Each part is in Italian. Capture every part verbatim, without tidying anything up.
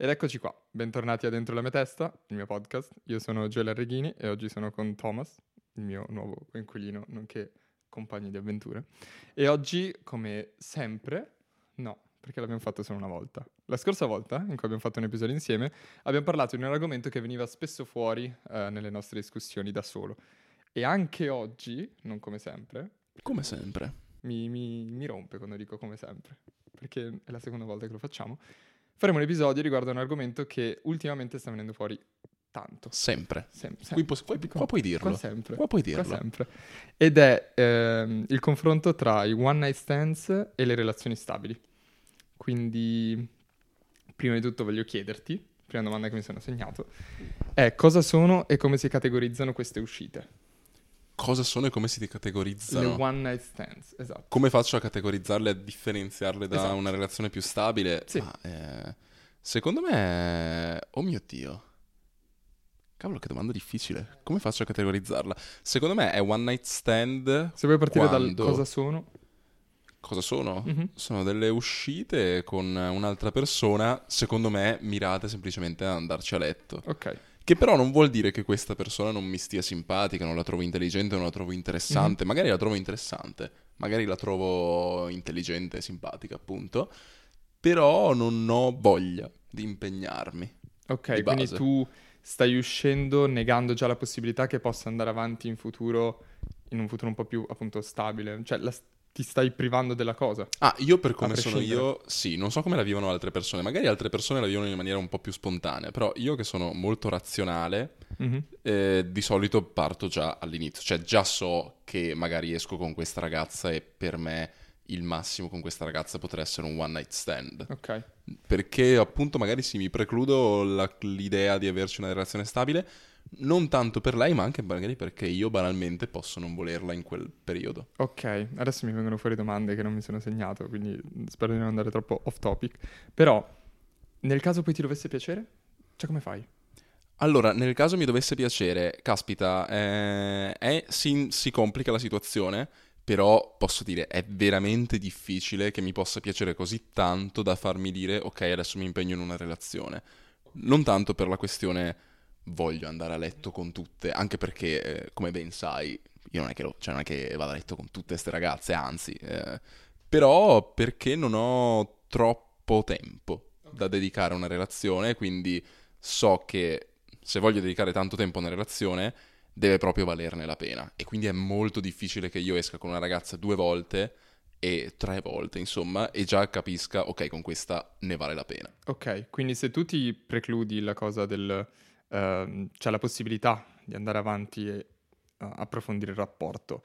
Ed eccoci qua, bentornati a Dentro la mia testa, il mio podcast. Io sono Gioele Arreghini e oggi sono con Thomas, il mio nuovo coinquilino, nonché compagno di avventure. E oggi, come sempre, no, perché l'abbiamo fatto solo una volta. La scorsa volta, in cui abbiamo fatto un episodio insieme, abbiamo parlato di un argomento che veniva spesso fuori eh, nelle nostre discussioni da solo. E anche oggi, non come sempre... Come sempre. Mi, mi, mi rompe quando dico come sempre, perché è la seconda volta che lo facciamo. Faremo un episodio riguardo a un argomento che ultimamente sta venendo fuori tanto. Sempre. Sem- sem- Qui, pos- qua, qua puoi dirlo. Qua sempre. Qua puoi dirlo. Qua sempre. Ed è ehm, il confronto tra i one night stands e le relazioni stabili. Quindi, prima di tutto voglio chiederti, prima domanda che mi sono segnato, è cosa sono e come si categorizzano queste uscite? Cosa sono e come si categorizzano? Le one night stands, esatto. Come faccio a categorizzarle, a differenziarle da Esatto. una relazione più stabile? Sì. Ma, eh, secondo me... Oh mio Dio. Cavolo, che domanda difficile. Come faccio a categorizzarla? Secondo me è one night stand. Se vuoi partire quando... dal cosa sono... Cosa sono? Mm-hmm. Sono delle uscite con un'altra persona, secondo me, mirate semplicemente ad andarci a letto. Ok. Che però non vuol dire che questa persona non mi stia simpatica, non la trovo intelligente, non la trovo interessante. Mm-hmm. Magari la trovo interessante, magari la trovo intelligente e simpatica, appunto. Però non ho voglia di impegnarmi. Ok, di quindi base. tu stai uscendo negando già la possibilità che possa andare avanti in futuro, in un futuro un po' più, appunto, stabile. Cioè, la, ti stai privando della cosa. Ah, io per come A sono prescindere. io, sì, non so come la vivono altre persone. Magari altre persone la vivono in maniera un po' più spontanea. Però io che sono molto razionale, Mm-hmm. eh, di solito parto già all'inizio. Cioè già so che magari esco con questa ragazza e per me il massimo con questa ragazza potrà essere un one night stand. Ok. Perché appunto magari sì, mi precludo la- l'idea di averci una relazione stabile. Non tanto per lei, ma anche magari perché io banalmente posso non volerla in quel periodo. Ok, adesso mi vengono fuori domande che non mi sono segnato, quindi spero di non andare troppo off topic. Però, nel caso poi ti dovesse piacere, cioè come fai? Allora, nel caso mi dovesse piacere, caspita, eh, è- si, si complica la situazione, però posso dire, è veramente difficile che mi possa piacere così tanto da farmi dire, ok, adesso mi impegno in una relazione. Non tanto per la questione voglio andare a letto con tutte, anche perché, eh, come ben sai, io non è che, lo- cioè non è che vado a letto con tutte queste ragazze, anzi, eh, però perché non ho troppo tempo da dedicare a una relazione, quindi so che se voglio dedicare tanto tempo a una relazione, deve proprio valerne la pena. E quindi è molto difficile che io esca con una ragazza due volte e tre volte, insomma, e già capisca, ok, con questa ne vale la pena. Ok, quindi se tu ti precludi la cosa del... ehm, c'è la possibilità di andare avanti e eh, approfondire il rapporto,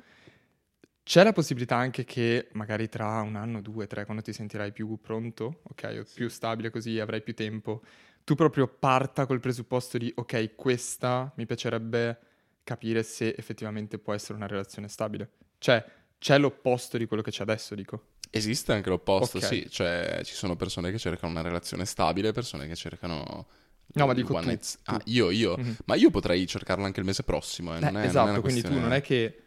c'è la possibilità anche che magari tra un anno, due, tre, quando ti sentirai più pronto, ok, o più stabile così, avrai più tempo, tu proprio parta col presupposto di, ok, questa mi piacerebbe capire se effettivamente può essere una relazione stabile. Cioè, c'è l'opposto di quello che c'è adesso, dico. Esiste anche l'opposto, Ok. sì, cioè ci sono persone che cercano una relazione stabile, persone che cercano... No, ma il dico one tu, night- tu. Ah, io, io? Mhm. Ma io potrei cercarla anche il mese prossimo, eh, non, Eh, è, non è esatto, una quindi tu questione... non è che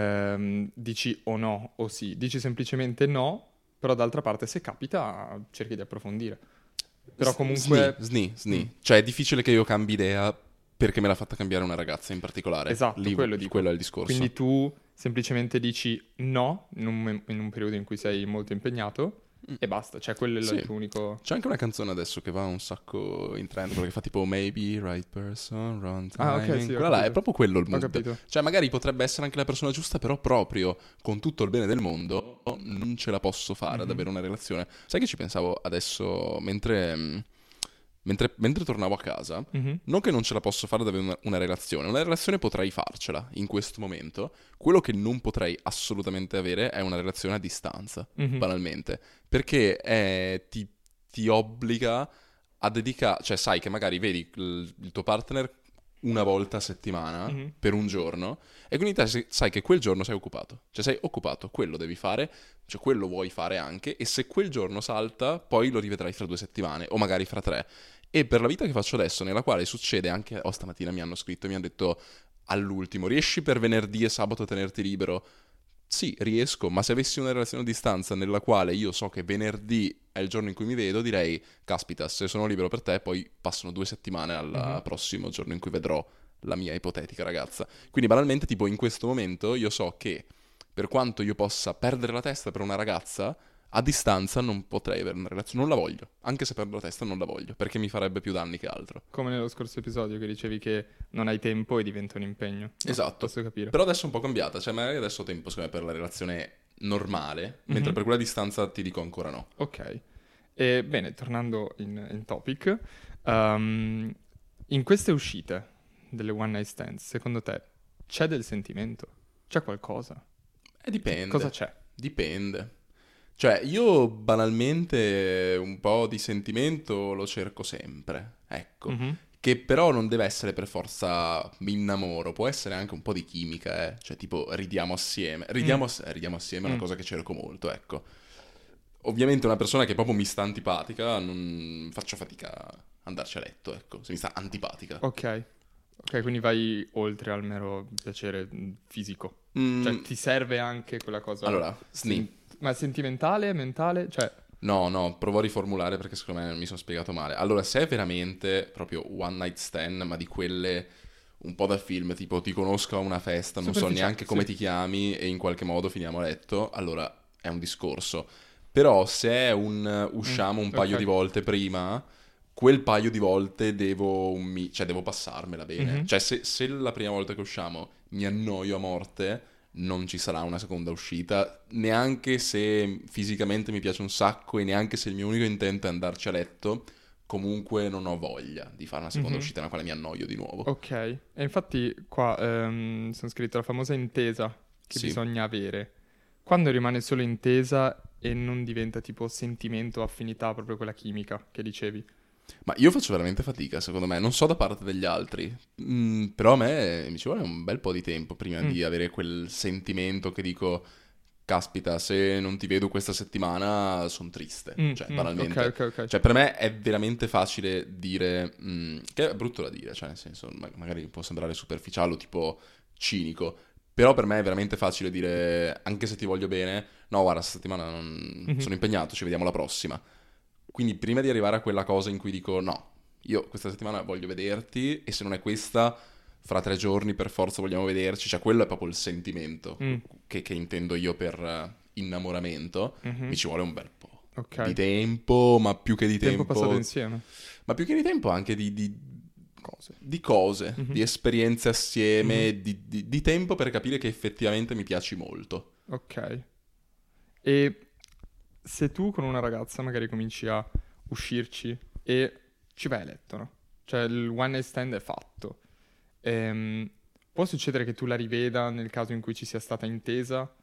ehm, dici o no o sì, dici semplicemente no, però d'altra parte se capita cerchi di approfondire. Però S- comunque... Sni, sni, sni. Mm. Cioè è difficile che io cambi idea perché me l'ha fatta cambiare una ragazza in particolare. Esatto, Lì- quello dico. quello è il discorso. Quindi tu semplicemente dici no in un, in un periodo in cui sei molto impegnato Mm. e basta, cioè quello è Sì. il tuo unico... C'è anche una canzone adesso che va un sacco in trend, quello che fa tipo Maybe, right person, wrong Ah, ok, timing. sì, ho Quella là è capito. proprio quello il Ho mood. capito. Cioè magari potrebbe essere anche la persona giusta, però proprio con tutto il bene del mondo non ce la posso fare ad Mhm. avere una relazione. Sai che ci pensavo adesso mentre, mh, mentre, mentre tornavo a casa? Mhm. Non che non ce la posso fare ad avere una, una relazione, una relazione potrei farcela in questo momento. Quello che non potrei assolutamente avere è una relazione a distanza, Mhm. banalmente, perché è- ti, ti obbliga a dedicare, cioè sai che magari vedi il, il tuo partner una volta a settimana Mhm. per un giorno e quindi te sai- sai che quel giorno sei occupato, cioè sei occupato, quello devi fare, cioè quello vuoi fare anche e se quel giorno salta poi lo rivedrai fra due settimane o magari fra tre. E per la vita che faccio adesso, nella quale succede anche, oh stamattina mi hanno scritto e mi hanno detto all'ultimo, riesci per venerdì e sabato a tenerti libero? sì, riesco, ma se avessi una relazione a distanza nella quale io so che venerdì è il giorno in cui mi vedo, direi, caspita, se sono libero per te, poi passano due settimane al Mhm. prossimo giorno in cui vedrò la mia ipotetica ragazza. Quindi banalmente, tipo, in questo momento io so che per quanto io possa perdere la testa per una ragazza, a distanza non potrei avere una relazione, non la voglio. Anche se perdo la testa non la voglio, perché mi farebbe più danni che altro. Come nello scorso episodio che dicevi che non hai tempo e diventa un impegno. No, Esatto. posso capire. Però adesso è un po' cambiata, cioè magari adesso ho tempo secondo me per la relazione normale, mentre Mhm. per quella a distanza ti dico ancora no. Ok. E bene, tornando in, in topic, ehm, in queste uscite delle one night stands, secondo te c'è del sentimento? C'è qualcosa? E dipende. Cosa c'è? Dipende. Cioè, io banalmente un po' di sentimento lo cerco sempre, ecco. Mhm. Che però non deve essere per forza mi innamoro, può essere anche un po' di chimica, eh. Cioè, tipo, ridiamo assieme. Ridiamo, Mm. ass- eh, ridiamo assieme è una Mm. cosa che cerco molto, ecco. Ovviamente una persona che proprio mi sta antipatica, non faccio fatica a andarci a letto, ecco. Se mi sta antipatica. Ok. Ok, quindi vai oltre al mero piacere mm, fisico. Mm, Cioè, ti serve anche quella cosa... allora, sen- sni. ma sentimentale, mentale? Cioè... No, no, provo a riformulare perché secondo me mi sono spiegato male. Allora, se è veramente proprio one night stand, ma di quelle un po' da film, tipo ti conosco a una festa, non so Superficiale, neanche come sì. ti chiami e in qualche modo finiamo a letto, allora è un discorso. Però se è un uh, Mm, usciamo un paio ok. di volte prima, quel paio di volte devo, un mi- cioè devo passarmela bene. Mhm. Cioè se, se la prima volta che usciamo mi annoio a morte, non ci sarà una seconda uscita, neanche se fisicamente mi piace un sacco e neanche se il mio unico intento è andarci a letto, comunque non ho voglia di fare una seconda Mhm. uscita nella quale mi annoio di nuovo. Ok, e infatti qua ehm, sono scritto la famosa intesa che Sì. bisogna avere. Quando rimane solo intesa e non diventa tipo sentimento, affinità, proprio quella chimica che dicevi. Ma io faccio veramente fatica, secondo me, non so da parte degli altri. Mm, però a me mi ci vuole un bel po' di tempo prima Mm, di avere quel sentimento che dico, caspita, se non ti vedo questa settimana sono triste, mm, cioè mm, ok, banalmente. ok, ok. Cioè per me è veramente facile dire, mm, che è brutto da dire, cioè nel senso, ma- magari può sembrare superficiale o tipo cinico, però per me è veramente facile dire, anche se ti voglio bene, no guarda, questa settimana non... Mhm, sono impegnato, ci vediamo la prossima. Quindi prima di arrivare a quella cosa in cui dico no, io questa settimana voglio vederti e se non è questa, fra tre giorni per forza vogliamo vederci, cioè quello è proprio il sentimento mm, che, che intendo io per eh, innamoramento, mhm, mi ci vuole un bel po' ok. di tempo, ma più che di Tempo passato tempo, insieme. ma più che di tempo anche di, di, Cose. di cose, Mhm, di esperienze mhm, assieme, di, di- di tempo per capire che effettivamente mi piaci molto. ok. E se tu con una ragazza magari cominci a uscirci e ci vai a letto, no? Cioè il one night stand è fatto. Ehm, può succedere che tu la riveda nel caso in cui ci sia stata intesa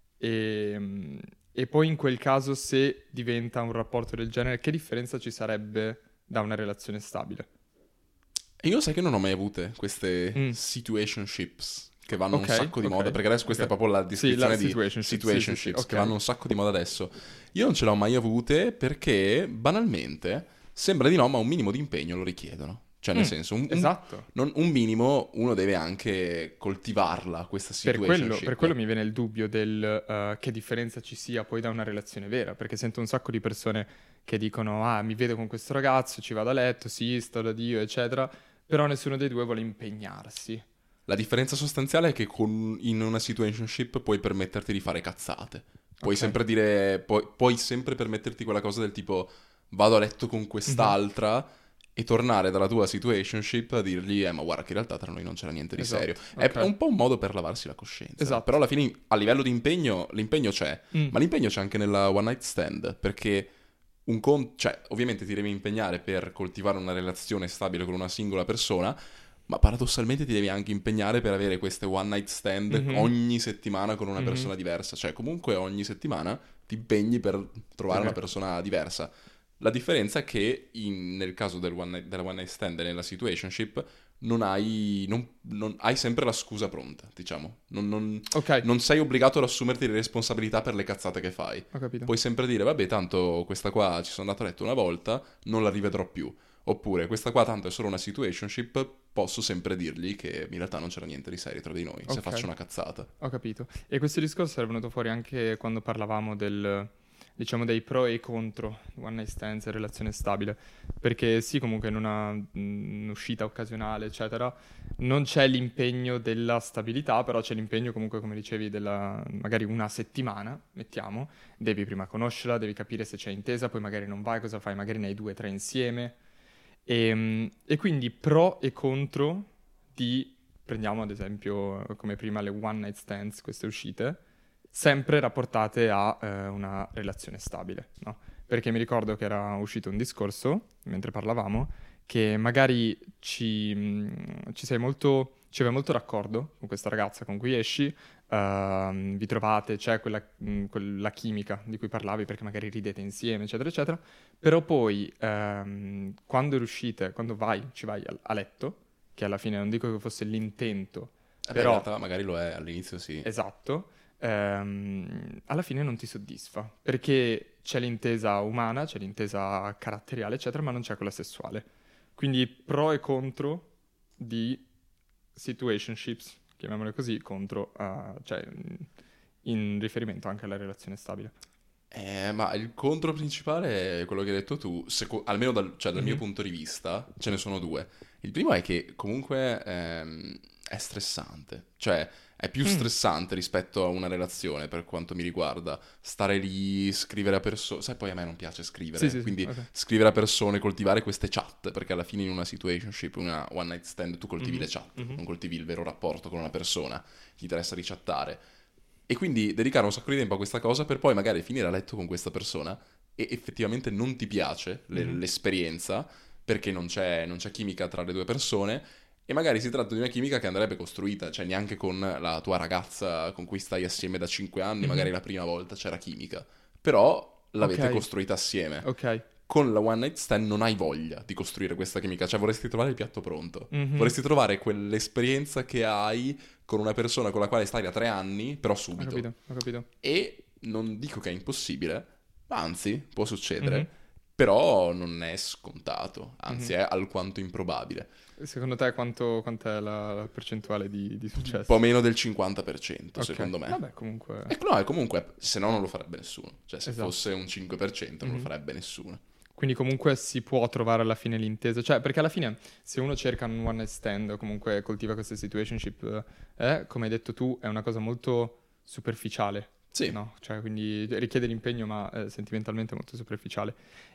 e, e poi in quel caso se diventa un rapporto del genere, che differenza ci sarebbe da una relazione stabile? E io sai che non ho mai avute queste Mm, situationships che vanno un ok, sacco di ok, moda, perché adesso questa ok. è proprio la Sì, la descrizione di situationship, sì, sì, sì, situationships ok. che vanno un sacco di moda adesso. Io non ce l'ho mai avute perché banalmente sembra di no, ma un minimo di impegno lo richiedono. Cioè, nel Mm, senso, un, un- esatto. non- un minimo uno deve anche coltivarla, questa Per quello, per situationship. quello mi viene il dubbio del eh, che differenza ci sia poi da una relazione vera, perché sento un sacco di persone che dicono, ah, mi vedo con questo ragazzo, ci vado a letto, sì, sto da Dio, eccetera, però nessuno dei due vuole impegnarsi. La differenza sostanziale è che con- in una situationship puoi permetterti di fare cazzate. Puoi Ok. sempre dire, puoi, puoi sempre permetterti quella cosa del tipo vado a letto con Mhm. quest'altra e tornare dalla tua situationship a dirgli eh ma guarda che in realtà tra noi non c'era niente di Esatto, serio. È, ok. è un po' un modo per lavarsi la coscienza. Esatto. Però alla fine a livello di impegno, l'impegno c'è. Mm, Ma l'impegno c'è anche nella one night stand perché un con- cioè ovviamente ti devi impegnare per coltivare una relazione stabile con una singola persona. Ma paradossalmente ti devi anche impegnare per avere queste one night stand mhm, ogni settimana con una mhm. persona diversa. Cioè, comunque ogni settimana ti impegni per trovare Sì, una sì. persona diversa. La differenza è che in- nel caso del one night- della one night stand e nella situationship non hai, non- non- hai sempre la scusa pronta, diciamo. Non, non- Ok, non sei obbligato ad assumerti le responsabilità per le cazzate che fai. ho capito. Puoi sempre dire, vabbè, tanto questa qua ci sono andato a letto una volta, non la rivedrò più. Oppure questa qua tanto è solo una situationship, posso sempre dirgli che in realtà non c'era niente di serio tra di noi, se Ok. faccio una cazzata. Ho capito. E questo discorso era venuto fuori anche quando parlavamo del, diciamo, dei pro e i contro one night stands e relazione stabile. Perché sì, comunque in una mm, uscita occasionale, eccetera, non c'è l'impegno della stabilità, però c'è l'impegno comunque, come dicevi, della magari una settimana, mettiamo, devi prima conoscerla, devi capire se c'è intesa, poi magari non vai, cosa fai, magari ne hai due o tre insieme. E, e quindi pro e contro di, prendiamo ad esempio come prima le one night stands, queste uscite, sempre rapportate a eh, una relazione stabile, no? Perché mi ricordo che era uscito un discorso, mentre parlavamo, che magari ci, mh, ci sei molto, ci aveva molto raccordo con questa ragazza con cui esci, ehm, vi trovate, c'è quella, mh, quella chimica di cui parlavi perché magari ridete insieme, eccetera, eccetera, però poi ehm, quando riuscite, quando vai, ci vai a, a letto, che alla fine non dico che fosse l'intento, Eh beh, in però realtà magari lo è all'inizio, sì. esatto, ehm, alla fine non ti soddisfa, perché c'è l'intesa umana, c'è l'intesa caratteriale, eccetera, ma non c'è quella sessuale. Quindi pro e contro di situationships, chiamiamole così, contro, eh, cioè in in riferimento anche alla relazione stabile. Eh, ma il contro principale è quello che hai detto tu, seco- almeno dal, cioè, dal mio Mhm, punto di vista, ce ne sono due. Il primo è che comunque ehm, è stressante, cioè è più mm, stressante rispetto a una relazione per quanto mi riguarda. Stare lì, scrivere a persone, sai poi a me non piace sì, scrivere, sì, sì, quindi ok. scrivere a persone, coltivare queste chat, perché alla fine in una situationship, una one night stand, tu coltivi Mhm, le chat, mhm, non coltivi il vero rapporto con una persona, ti interessa di chattare. E quindi dedicare un sacco di tempo a questa cosa per poi magari finire a letto con questa persona e effettivamente non ti piace le- mhm, l'esperienza perché non c'è, non c'è chimica tra le due persone e magari si tratta di una chimica che andrebbe costruita, cioè neanche con la tua ragazza con cui stai assieme da cinque anni, mhm. magari la prima volta c'era chimica, però Ok, l'avete costruita assieme. ok. Con la one night stand non hai voglia di costruire questa chimica, cioè vorresti trovare il piatto pronto, Mhm, vorresti trovare quell'esperienza che hai con una persona con la quale stai da tre anni, però ho subito. capito, ho capito. E non dico che è impossibile, anzi, può Mhm, succedere, però non è scontato, mhm. anzi è alquanto improbabile. Secondo te quanto, quant'è la, la percentuale di, di Un po' successo? meno del cinquanta per cento, Ok, secondo me. vabbè, comunque, E no, e comunque, se no non lo farebbe nessuno. Cioè, se esatto. fosse un cinque per cento non lo Mhm. farebbe nessuno. Quindi comunque si può trovare alla fine l'intesa, cioè perché alla fine se uno cerca un one night stand o comunque coltiva queste situationship, eh, come hai detto tu, è una cosa molto superficiale, Sì, no? Cioè quindi richiede l'impegno ma eh, sentimentalmente è molto superficiale.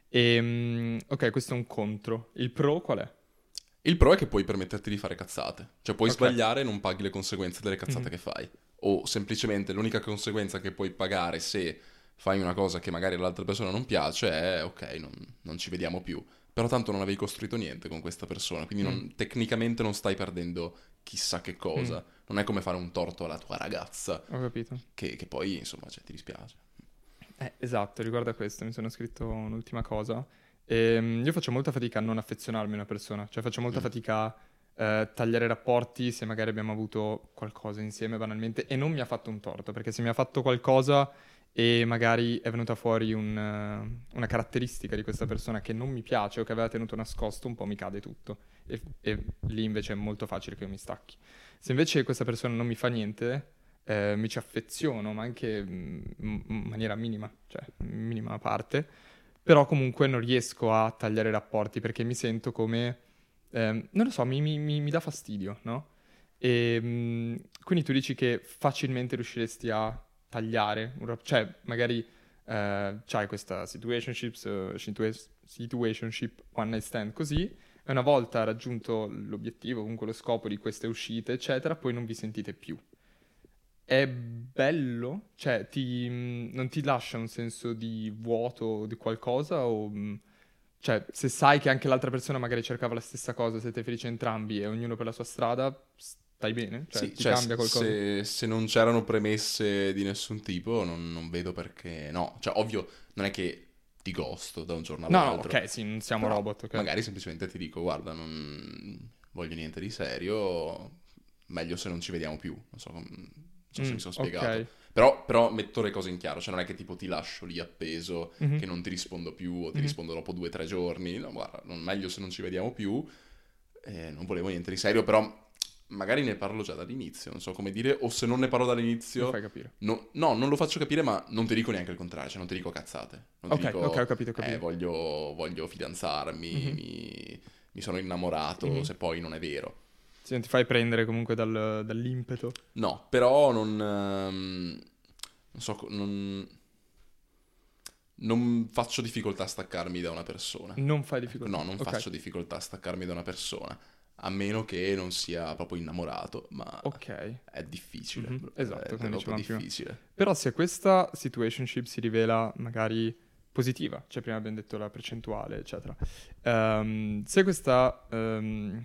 E, ok, questo è un contro. Il pro qual è? il pro è che puoi permetterti di fare cazzate. Cioè, puoi Ok. sbagliare e non paghi le conseguenze delle cazzate Mhm. che fai. O semplicemente l'unica conseguenza che puoi pagare se fai una cosa che magari all'altra persona non piace è ok, non, non ci vediamo più. Però tanto non avevi costruito niente con questa persona, quindi Mm, non- tecnicamente non stai perdendo chissà che mm, cosa. Non è come fare un torto alla tua ragazza, ho capito. che, che poi, insomma, cioè, ti dispiace. Eh, esatto, riguardo a questo mi sono scritto un'ultima cosa. Ehm, io faccio molta fatica a non affezionarmi a una persona, cioè faccio molta Mm. fatica a eh, tagliare rapporti se magari abbiamo avuto qualcosa insieme banalmente e non mi ha fatto un torto, perché se mi ha fatto qualcosa e magari è venuta fuori un, eh, una caratteristica di questa persona che non mi piace o che aveva tenuto nascosto, un po' mi cade tutto e, e lì invece è molto facile che io mi stacchi. Se invece questa persona non mi fa niente eh, mi ci affeziono, ma anche mm, in maniera minima, cioè in minima parte, però comunque non riesco a tagliare i rapporti perché mi sento come, ehm, non lo so, mi, mi- mi- mi dà fastidio, no? E mm, quindi tu dici che facilmente riusciresti a tagliare, un rap- cioè magari eh, c'hai questa situationships, eh, situa- situationship one night stand così, e una volta raggiunto l'obiettivo, comunque lo scopo di queste uscite, eccetera, poi non vi sentite più. È bello? Cioè, ti, mh, non ti lascia un senso di vuoto o di qualcosa? O, mh, cioè, se sai che anche l'altra persona magari cercava la stessa cosa, siete felici entrambi e ognuno per la sua strada, stai bene? Cioè, Sì, ti cioè, cambia s- qualcosa? se, se non c'erano premesse di nessun tipo, non, non vedo perché no. Cioè, ovvio, non è che ti ghosto da un giorno No, no, all'altro, ok, sì, non siamo però robot, ok. magari semplicemente ti dico, guarda, non voglio niente di serio, meglio se non ci vediamo più. Non so, com- so se Mm, mi sono spiegato. ok. Però, però metto le cose in chiaro, cioè non è che tipo ti lascio lì appeso, Mhm. che non ti rispondo più o ti Mhm. rispondo dopo due o tre giorni. No, guarda, non, meglio se non ci vediamo più. Eh, non volevo niente di serio, però magari ne parlo già dall'inizio, non so come dire, o se non ne parlo Lo dall'inizio, fai capire. no, no, non lo faccio capire, ma non ti dico neanche il contrario, cioè non ti dico cazzate. Non ti Ok, dico, ok, ho capito, ho eh, capito. voglio, voglio fidanzarmi, Mhm. mi, mi sono innamorato, Mhm. se poi non è vero. Sì, non ti fai prendere comunque dal- dall'impeto. No, però non, ehm, non so, co- non, non faccio difficoltà a staccarmi da una persona. Non fai Ecco, difficoltà. no, non Ok, faccio difficoltà a staccarmi da una persona, a meno che non sia proprio innamorato, ma ok. è difficile, Mhm, è esatto, come troppo dicevamo prima. difficile. Però se questa situationship si rivela magari positiva, cioè prima abbiamo detto la percentuale, eccetera. Ehm, se questa ehm,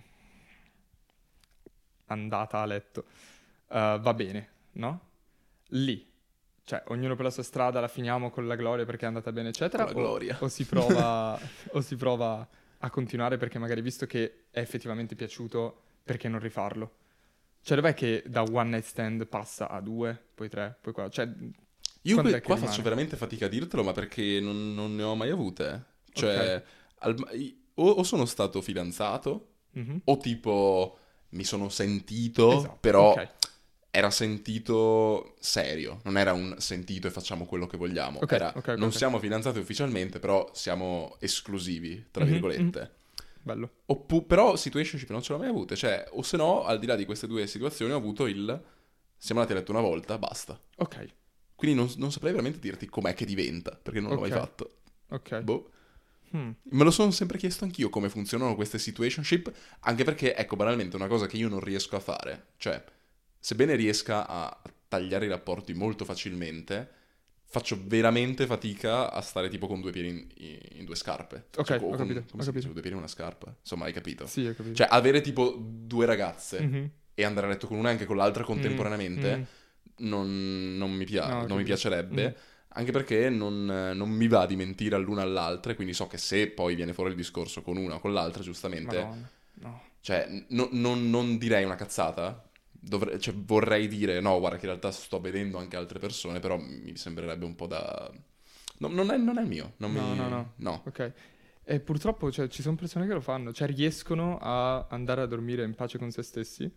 andata a letto eh, va bene, no? Lì, cioè ognuno per la sua strada la finiamo con la gloria perché è andata bene, eccetera, Con la o, gloria. o si prova, o si prova a continuare perché magari visto che è effettivamente piaciuto, perché non rifarlo? Cioè dov'è che da one night stand passa a due, poi tre, poi quattro? Cioè, Io quando que- è che qua rimane? faccio veramente fatica a dirtelo, ma perché non, non ne ho mai avute. Ok. Cioè, al- i- o, o sono stato fidanzato, Mhm. o tipo mi sono sentito, Esatto, però ok. era sentito serio, non era un sentito e facciamo quello che vogliamo. Ok, Era ok, ok, non ok. siamo fidanzati ufficialmente, però siamo esclusivi, tra Mhm, virgolette. Bello. Oppu- però situationship non ce l'ho mai avute, cioè, o se no, al di là di queste due situazioni, ho avuto il siamo andati a letto una volta, basta. Ok, Quindi non, non saprei veramente dirti com'è che diventa, perché non l'ho mai ok, fatto. ok. Boh. Hmm. Me lo sono sempre chiesto anch'io come funzionano queste situationship, anche perché, ecco, banalmente, una cosa che io non riesco a fare, cioè, sebbene riesca a tagliare i rapporti molto facilmente, faccio veramente fatica a stare tipo con due piedi in, in- in due scarpe. Ok, Cioè, o ho con, capito, come ho si dice, capito. con due piedi in una scarpa? Insomma, hai capito? Sì, ho capito. Cioè, avere tipo due ragazze Mhm, e andare a letto con una e anche con l'altra mm, contemporaneamente mm. non, non mi No, pia- ho non mi capito. Mhm. piacerebbe, anche perché non, non mi va di mentire all'una all'altra, e quindi so che se poi viene fuori il discorso con una o con l'altra, giustamente, Madonna, no. cioè, no- non, non direi una cazzata. Dovrei- cioè, vorrei dire, no, guarda che in realtà sto vedendo anche altre persone, però mi sembrerebbe un po' da... no, non è, non è il mio, non No, no, mi... no. no. Ok. E purtroppo, cioè, ci sono persone che lo fanno, cioè riescono a andare a dormire in pace con se stessi,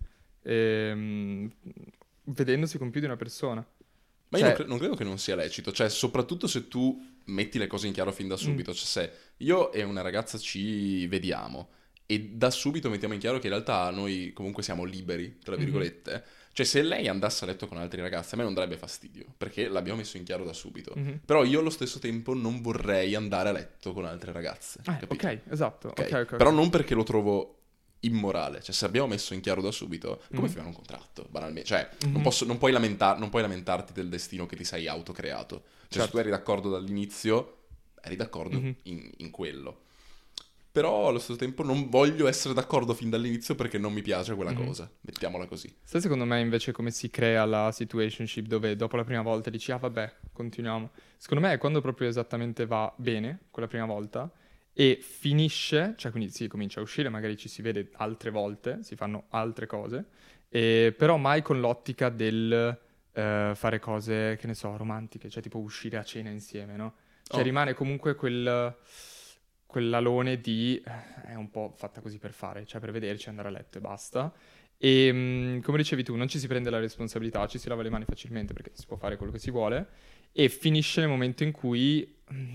ehm, vedendosi con più di una persona. Ma io non, Cioè, cre- non credo che non sia lecito, cioè, soprattutto se tu metti le cose in chiaro fin da mm, subito, cioè se io e una ragazza ci vediamo e da subito mettiamo in chiaro che in realtà noi comunque siamo liberi, tra mhm. virgolette, cioè se lei andasse a letto con altri ragazzi a me non darebbe fastidio, perché l'abbiamo messo in chiaro da subito, Mhm. però io allo stesso tempo non vorrei andare a letto con altre ragazze, Ah, capito? ok, esatto. Ok? Ok, ok, Però ok. non perché lo trovo immorale, cioè se abbiamo messo in chiaro da subito, come Mhm. firmare un contratto, banalmente, cioè non, Mhm. posso- non puoi lamentar- non puoi lamentarti del destino che ti sei autocreato, cioè se Certo. tu eri d'accordo dall'inizio, eri d'accordo Mhm. in, in quello. Però allo stesso tempo non voglio essere d'accordo fin dall'inizio perché non mi piace quella Mhm. cosa, mettiamola così. Sai secondo me invece come si crea la situationship dove dopo la prima volta dici ah vabbè, continuiamo. Secondo me è quando proprio esattamente va bene quella prima volta e finisce, cioè quindi si comincia a uscire, magari ci si vede altre volte, si fanno altre cose, e, però mai con l'ottica del eh, fare cose, che ne so, romantiche, cioè tipo uscire a cena insieme, no? Cioè Oh, rimane comunque quel, quell'alone di eh, è un po' fatta così per fare, cioè per vederci, andare a letto e basta. E mh, come dicevi tu, non ci si prende la responsabilità, ci si lava le mani facilmente perché si può fare quello che si vuole e finisce nel momento in cui mh,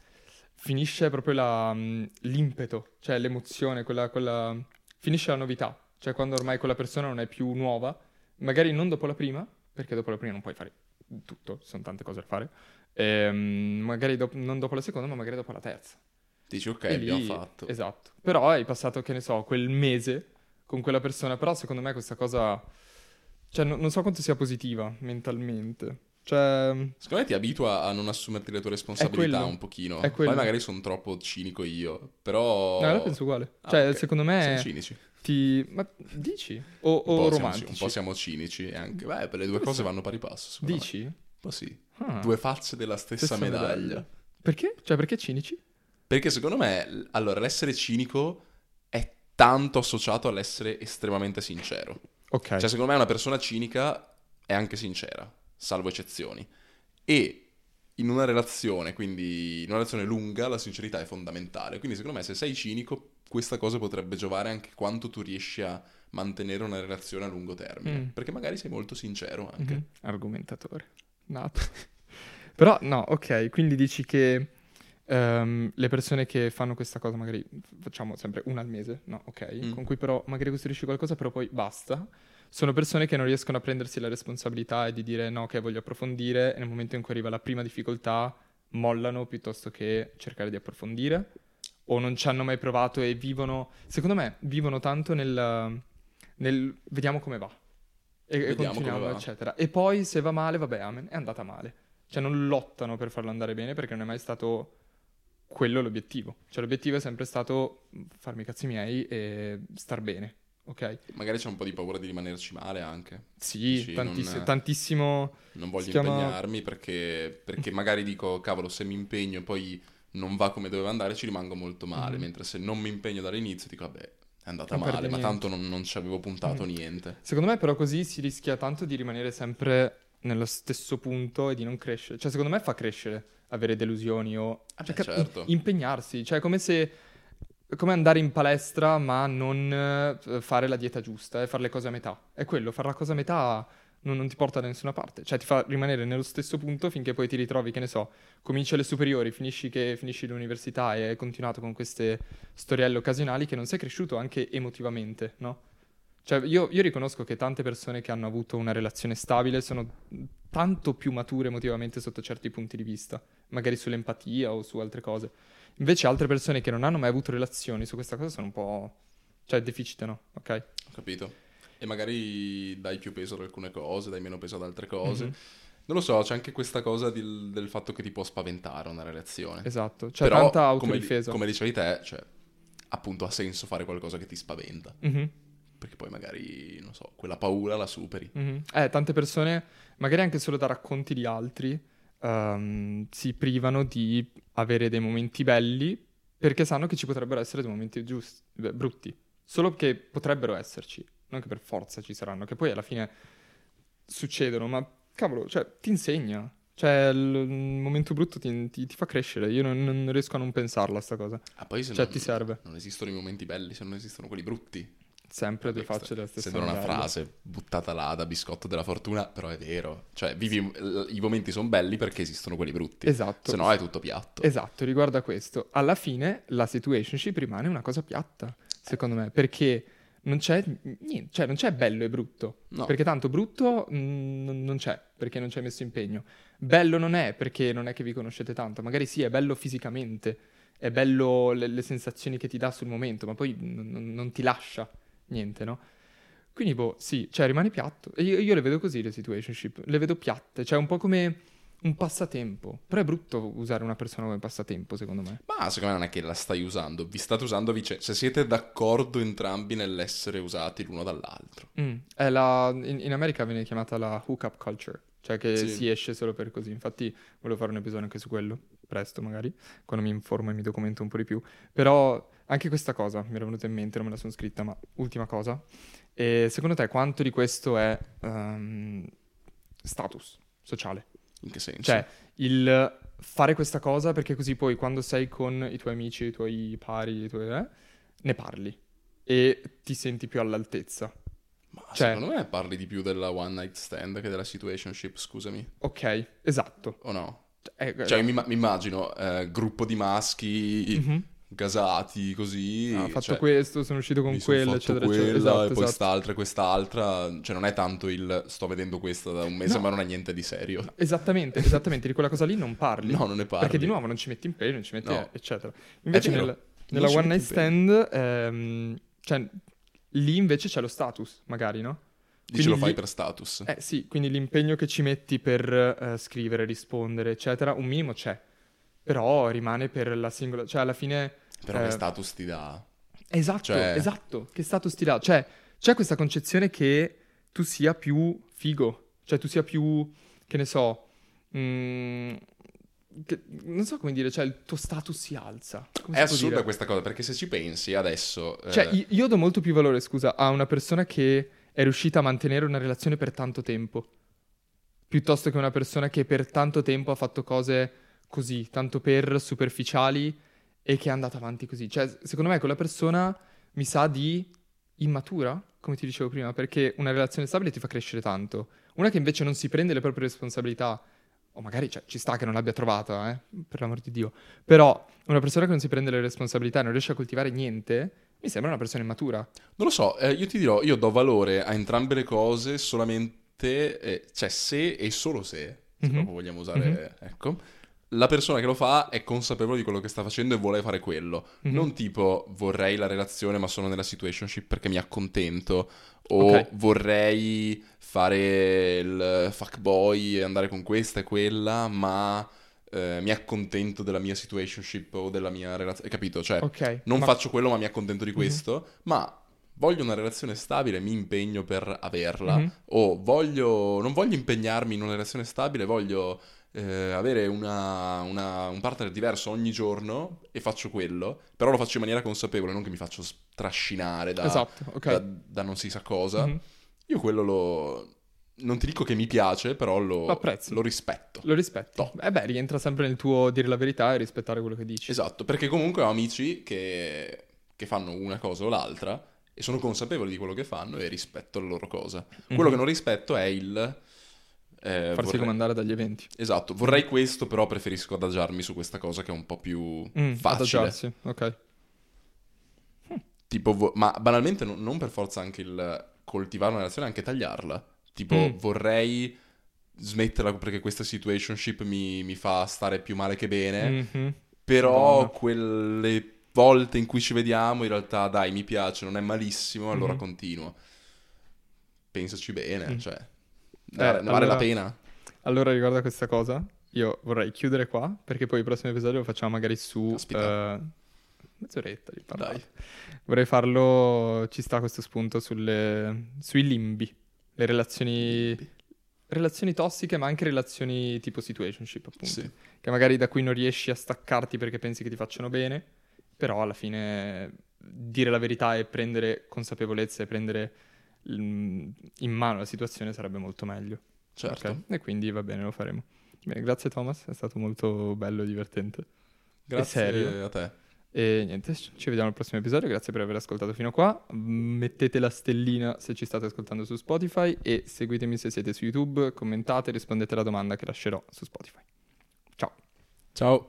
finisce proprio la, mh, l'impeto, cioè l'emozione, quella, quella... finisce la novità, cioè quando ormai quella persona non è più nuova, magari non dopo la prima, perché dopo la prima non puoi fare tutto, ci sono tante cose da fare, ehm, magari dop- non dopo la seconda, ma magari dopo la terza. dici ok, E abbiamo lì, fatto. esatto. Però hai passato, che ne so, quel mese con quella persona. Però secondo me questa cosa, cioè, no- non so quanto sia positiva mentalmente. Cioè, Secondo me ti abitua a non assumerti le tue è responsabilità quello. un pochino. È Poi quello. magari sono troppo cinico io, No, la però... penso uguale. Ah, Cioè, ok. secondo Siamo me cinici. ti... Ma dici? O, Un o po' siamo, un po' romantici? siamo cinici e anche... Beh, per le due Forse- cose vanno pari passo, secondo me. Dici? Un po' sì. Ah, Due facce della stessa, stessa medaglia. Perché? Cioè, perché cinici? Perché secondo me, l- allora, l'essere cinico è tanto associato all'essere estremamente sincero. Ok. Cioè, secondo me una persona cinica è anche sincera, salvo eccezioni. E in una relazione, quindi in una relazione lunga, la sincerità è fondamentale. Quindi secondo me se sei cinico, questa cosa potrebbe giovare anche quanto tu riesci a mantenere una relazione a lungo termine. Mm. Perché magari sei molto sincero anche. Mhm. Argomentatore. Nato. Però no, ok, quindi dici che ehm, le persone che fanno questa cosa, magari facciamo sempre una al mese, no, ok, Mm. con cui però magari costruisci qualcosa, però poi basta. Sono persone che non riescono a prendersi la responsabilità e di dire no, che voglio approfondire, e nel momento in cui arriva la prima difficoltà mollano piuttosto che cercare di approfondire, o non ci hanno mai provato e vivono, secondo me, vivono tanto nel, nel vediamo come va e, e Vediamo continuiamo, come va. eccetera. E poi se va male, vabbè, amen, è andata male. Cioè non lottano per farlo andare bene perché non è mai stato quello l'obiettivo. Cioè l'obiettivo è sempre stato farmi i cazzi miei e star bene, ok? Magari c'è un po' di paura di rimanerci male anche. Sì, Dici, tantiss- non- tantissimo. Non voglio si chiama- impegnarmi perché, perché magari dico, cavolo, se mi impegno e poi non va come doveva andare, ci rimango molto male. Mhm. Mentre se non mi impegno dall'inizio, dico, vabbè, è andata Non male, perdi ma niente. tanto non, non ci avevo puntato Mhm. niente. Secondo me però così si rischia tanto di rimanere sempre nello stesso punto e di non crescere. Cioè secondo me fa crescere avere delusioni o Ah, cioè, beh, cap- certo. impegnarsi. Cioè è come se come andare in palestra ma non eh, fare la dieta giusta e fare le cose a metà. È quello, fare la cosa a metà non, non ti porta da nessuna parte. Cioè ti fa rimanere nello stesso punto finché poi ti ritrovi, che ne so, cominci alle superiori, finisci, che, finisci l'università e hai continuato con queste storielle occasionali che non sei cresciuto anche emotivamente, no? Cioè io, io riconosco che tante persone che hanno avuto una relazione stabile sono tanto più mature emotivamente sotto certi punti di vista, magari sull'empatia o su altre cose. Invece altre persone che non hanno mai avuto relazioni su questa cosa sono un po'... cioè deficitano, ok? Ho capito. E magari dai più peso ad alcune cose, dai meno peso ad altre cose. Mhm. Non lo so, c'è anche questa cosa del, del fatto che ti può spaventare una relazione. Esatto, c'è Però, tanta come, autodifesa. come dicevi te, cioè, appunto ha senso fare qualcosa che ti spaventa. Mhm, Perché poi magari, non so, quella paura la superi. mhm. Eh, tante persone, magari anche solo da racconti di altri, ehm, si privano di avere dei momenti belli perché sanno che ci potrebbero essere dei momenti giusti, beh, brutti. Solo che potrebbero esserci, non che per forza ci saranno, che poi alla fine succedono, ma cavolo, cioè, ti insegna. Cioè, il, il momento brutto ti, ti- ti fa crescere. Io non, non riesco a non pensarla, sta cosa. Ah, poi se Cioè, non, ti serve. non esistono i momenti belli, se non esistono quelli brutti. Sempre due Vabbè, facce della stessa sembra una medaglia. frase buttata là da biscotto della fortuna, però è vero. Cioè, vivi, i momenti sono belli perché esistono quelli brutti. Esatto. Se no è tutto piatto. Esatto, riguardo a questo. Alla fine la situationship rimane una cosa piatta, secondo me, perché non c'è niente, cioè non c'è bello e brutto. No. Perché tanto brutto mm, non non c'è, perché non ci hai messo impegno. Bello non è, perché non è che vi conoscete tanto. Magari sì, è bello fisicamente, è bello le, le sensazioni che ti dà sul momento, ma poi non, non- non ti lascia niente, no? Quindi, boh, sì, cioè rimane piatto. E io, io le vedo così, le situationship. Le vedo piatte, cioè un po' come un passatempo. Però è brutto usare una persona come passatempo, secondo me. Ma secondo me non è che la stai usando, vi state usando a vicenda. Se siete d'accordo entrambi nell'essere usati l'uno dall'altro. Mm, è la- in, in America viene chiamata la hookup culture, cioè che Sì. si esce solo per così. Infatti volevo fare un episodio anche su quello, presto magari, quando mi informo e mi documento un po' di più. Però anche questa cosa mi era venuta in mente, non me la sono scritta, ma ultima cosa. E secondo te quanto di questo è ehm, status sociale? In che senso? Cioè, il fare questa cosa perché così poi quando sei con i tuoi amici, i tuoi pari, i tuoi, eh, ne parli e ti senti più all'altezza. Ma cioè- secondo me parli di più della one night stand che della situationship, scusami. Ok, esatto. O no? Eh, Cioè, mi, mi immagino eh, gruppo di maschi mhm. gasati così. Ah, ho fatto cioè, questo, sono uscito con mi son quella, fatto eccetera, quella, eccetera. Esatto, e poi esatto. quest'altra e quest'altra. Cioè, non è tanto il sto vedendo questa da un mese, No. ma non è niente di serio. Esattamente, esattamente, di quella cosa lì non parli. No, non ne parli. Perché di nuovo non ci metti impegno, non ci metti, No. eh, eccetera. Invece vero, nel- non nella ci one metti night stand, ehm, cioè, lì invece c'è lo status, magari, no? Dici Quindi lo fai lì- per status. Eh sì, quindi l'impegno che ci metti per eh, scrivere, rispondere, eccetera, un minimo c'è. Però rimane per la singola... Cioè, alla fine... Però eh, che status ti dà? Esatto, Cioè- esatto. Che status ti dà? Cioè, c'è questa concezione che tu sia più figo. Cioè, tu sia più... Che ne so... mm, che- non so come dire, cioè, il tuo status si alza. Come È si può assurda dire? questa cosa, perché se ci pensi adesso... eh, Cioè, io- io do molto più valore, scusa, a una persona che è riuscita a mantenere una relazione per tanto tempo. piuttosto che una persona che per tanto tempo ha fatto cose così, tanto per superficiali e che è andata avanti così. Cioè, secondo me quella persona mi sa di immatura, come ti dicevo prima, perché una relazione stabile ti fa crescere tanto. Una che invece non si prende le proprie responsabilità, o magari cioè, ci sta che non l'abbia trovata, eh, per l'amor di Dio, però una persona che non si prende le responsabilità e non riesce a coltivare niente, mi sembra una persona immatura. Non lo so, eh, io ti dirò, io do valore a entrambe le cose solamente, eh, cioè se e solo se, se Mhm. proprio vogliamo Mhm. usare, ecco, la persona che lo fa è consapevole di quello che sta facendo e vuole fare quello. Mhm. Non tipo vorrei la relazione ma sono nella situationship perché mi accontento, o Ok. vorrei fare il fuckboy e andare con questa e quella, ma eh, mi accontento della mia situationship o della mia relazione. Hai capito? Cioè, Ok, non ma... faccio quello ma mi accontento di Mhm. questo, ma voglio una relazione stabile, mi impegno per averla, Mhm. o voglio, non voglio impegnarmi in una relazione stabile, voglio eh, avere una- una- un partner diverso ogni giorno e faccio quello, però lo faccio in maniera consapevole, non che mi faccio trascinare da, Esatto, ok. da- da non si sa cosa. Mhm. Io quello lo... Non ti dico che mi piace, però Lo lo, apprezzi, lo rispetto. lo rispetti. Toh. Eh beh, rientra sempre nel tuo dire la verità e rispettare quello che dici. Esatto, perché comunque ho amici che, che fanno una cosa o l'altra e sono consapevoli di quello che fanno e rispetto la loro cosa. Quello che Mhm. non rispetto è il... eh, Farsi vorrei... comandare dagli eventi. Esatto, Mhm. vorrei questo, però preferisco adagiarmi su questa cosa che è un po' più Mm, facile. adagiarsi, ok. Tipo, vo- ma banalmente non, non per forza anche il coltivare una relazione, anche tagliarla. Tipo, Mm. vorrei smetterla perché questa situationship mi, mi fa stare più male che bene, Mhm. però Madonna. quelle volte in cui ci vediamo, in realtà, dai, mi piace, non è malissimo, allora Mhm. continuo. Pensaci bene, Mm. cioè, ne Eh, vale, ne vale la allora, pena? allora riguarda questa cosa. Io vorrei chiudere qua, perché poi il prossimo episodio lo facciamo magari su... Caspita, eh, mezz'oretta di dai. parlare. Vorrei farlo... Ci sta questo spunto sulle... sui limbi. Le relazioni... Limbi. Relazioni tossiche, ma anche relazioni tipo situationship, appunto. Sì, Che magari da cui non riesci a staccarti perché pensi che ti facciano bene, però alla fine dire la verità e prendere consapevolezza e prendere mm, in mano la situazione sarebbe molto meglio. Ok? certo. E quindi va bene, lo faremo. Bene, grazie Thomas, è stato molto bello e divertente. E serio. Grazie a te. E niente, ci vediamo al prossimo episodio. Grazie per aver ascoltato fino a qua. Mettete la stellina se ci state ascoltando su Spotify e seguitemi se siete su YouTube. Commentate, rispondete alla domanda che lascerò su Spotify. Ciao. Ciao.